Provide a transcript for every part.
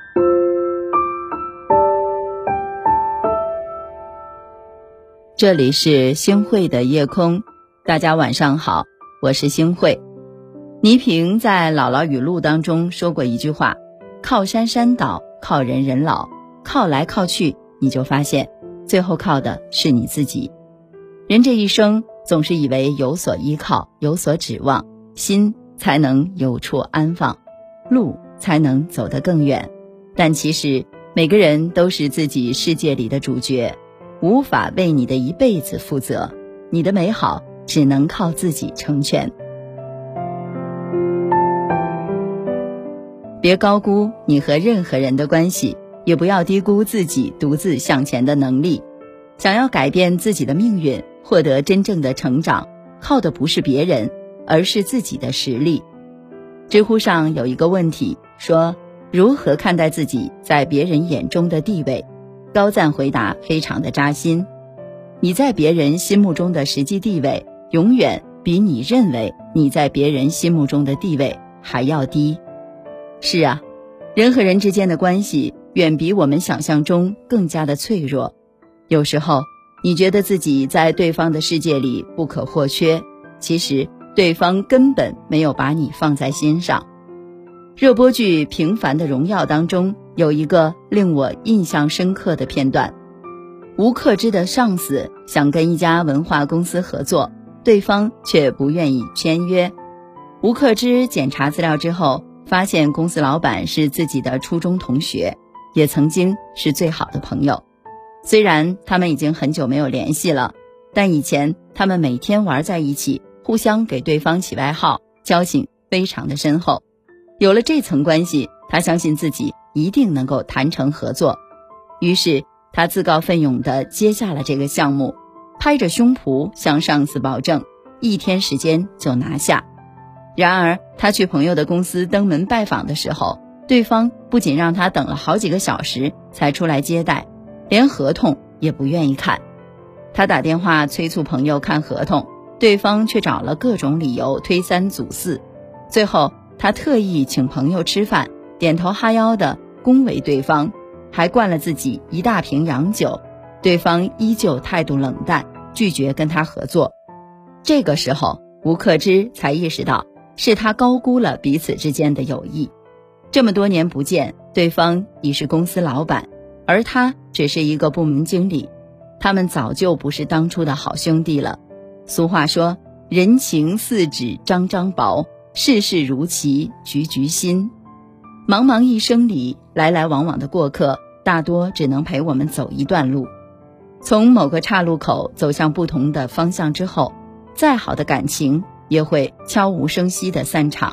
这里是星慧的夜空，大家晚上好，我是星慧。倪萍在姥姥语录当中说过一句话，靠山山倒，靠人人老，靠来靠去，你就发现最后靠的是你自己。人这一生总是以为有所依靠，有所指望，心才能有处安放，路才能走得更远。但其实每个人都是自己世界里的主角，无法为你的一辈子负责，你的美好只能靠自己成全。别高估你和任何人的关系，也不要低估自己独自向前的能力。想要改变自己的命运，获得真正的成长，靠的不是别人，而是自己的实力。知乎上有一个问题说，如何看待自己在别人眼中的地位？高赞回答非常的扎心，你在别人心目中的实际地位，永远比你认为你在别人心目中的地位还要低。是啊，人和人之间的关系远比我们想象中更加的脆弱。有时候你觉得自己在对方的世界里不可或缺，其实对方根本没有把你放在心上。热播剧《平凡的荣耀》当中有一个令我印象深刻的片段，吴克之的上司想跟一家文化公司合作，对方却不愿意签约。吴克之检查资料之后，发现公司老板是自己的初中同学，也曾经是最好的朋友。虽然他们已经很久没有联系了，但以前他们每天玩在一起，互相给对方起外号，交情非常的深厚。有了这层关系，他相信自己一定能够谈成合作，于是他自告奋勇地接下了这个项目，拍着胸脯向上司保证1天时间就拿下。然而他去朋友的公司登门拜访的时候，对方不仅让他等了好几个小时才出来接待，连合同也不愿意看。他打电话催促朋友看合同，对方却找了各种理由推三阻四。最后他特意请朋友吃饭，点头哈腰的恭维对方，还灌了自己一大瓶洋酒，对方依旧态度冷淡，拒绝跟他合作。这个时候吴克之才意识到，是他高估了彼此之间的友谊。这么多年不见，对方已是公司老板，而他只是一个部门经理，他们早就不是当初的好兄弟了。俗话说，人情似纸张张薄，世事如棋局局新。茫茫一生里，来来往往的过客，大多只能陪我们走一段路。从某个岔路口走向不同的方向之后，再好的感情也会悄无声息地散场。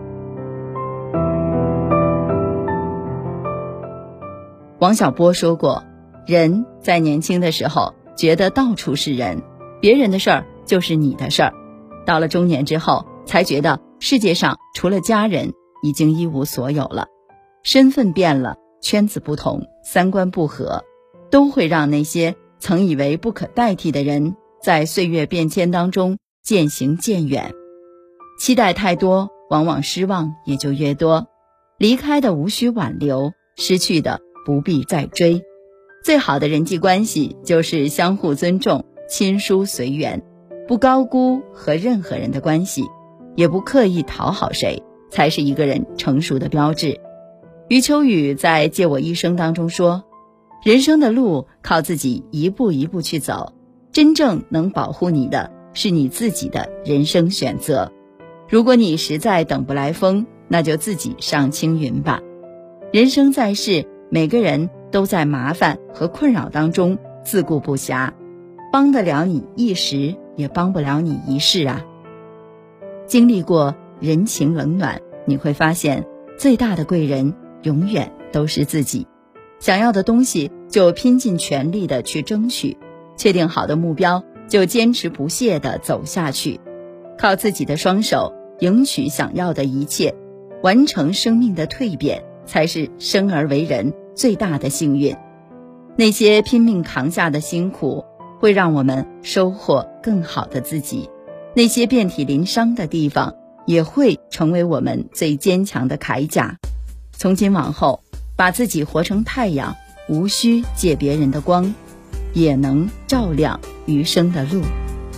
王小波说过，人在年轻的时候觉得到处是人，别人的事儿就是你的事儿，到了中年之后才觉得世界上除了家人已经一无所有了。身份变了，圈子不同，三观不合，都会让那些曾以为不可代替的人在岁月变迁当中渐行渐远。期待太多，往往失望也就越多。离开的无需挽留，失去的不必再追。最好的人际关系就是相互尊重，亲疏随缘，不高估和任何人的关系，也不刻意讨好谁，才是一个人成熟的标志。余秋雨在《借我一生》当中说，人生的路靠自己一步一步去走，真正能保护你的是你自己的人生选择。如果你实在等不来风，那就自己上青云吧。人生在世，每个人都在麻烦和困扰当中自顾不暇，帮得了你一时，也帮不了你一世啊。经历过人情冷暖，你会发现最大的贵人永远都是自己。想要的东西就拼尽全力的去争取，确定好的目标就坚持不懈地走下去，靠自己的双手赢取想要的一切，完成生命的蜕变，才是生而为人最大的幸运。那些拼命扛下的辛苦，会让我们收获更好的自己，那些遍体鳞伤的地方，也会成为我们最坚强的铠甲。从今往后， 把自己活成太阳，无需借别人的光，也能照亮余生的路。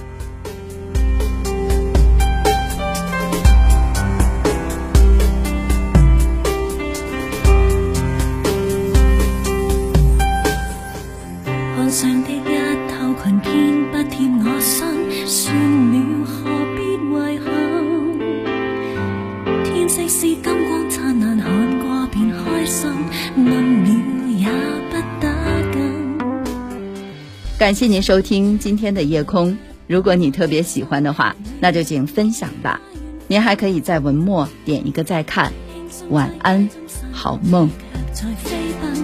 岸上的一頭裙偏不貼我身，算了何必遺憾，天色是金光燦爛，看過便開心，問了也不打緊。 感謝您收聽今天的夜空，如果你特別喜歡的話，那就請分享吧。您還可以在文末點一個再看。晚安，好夢。 在飛奔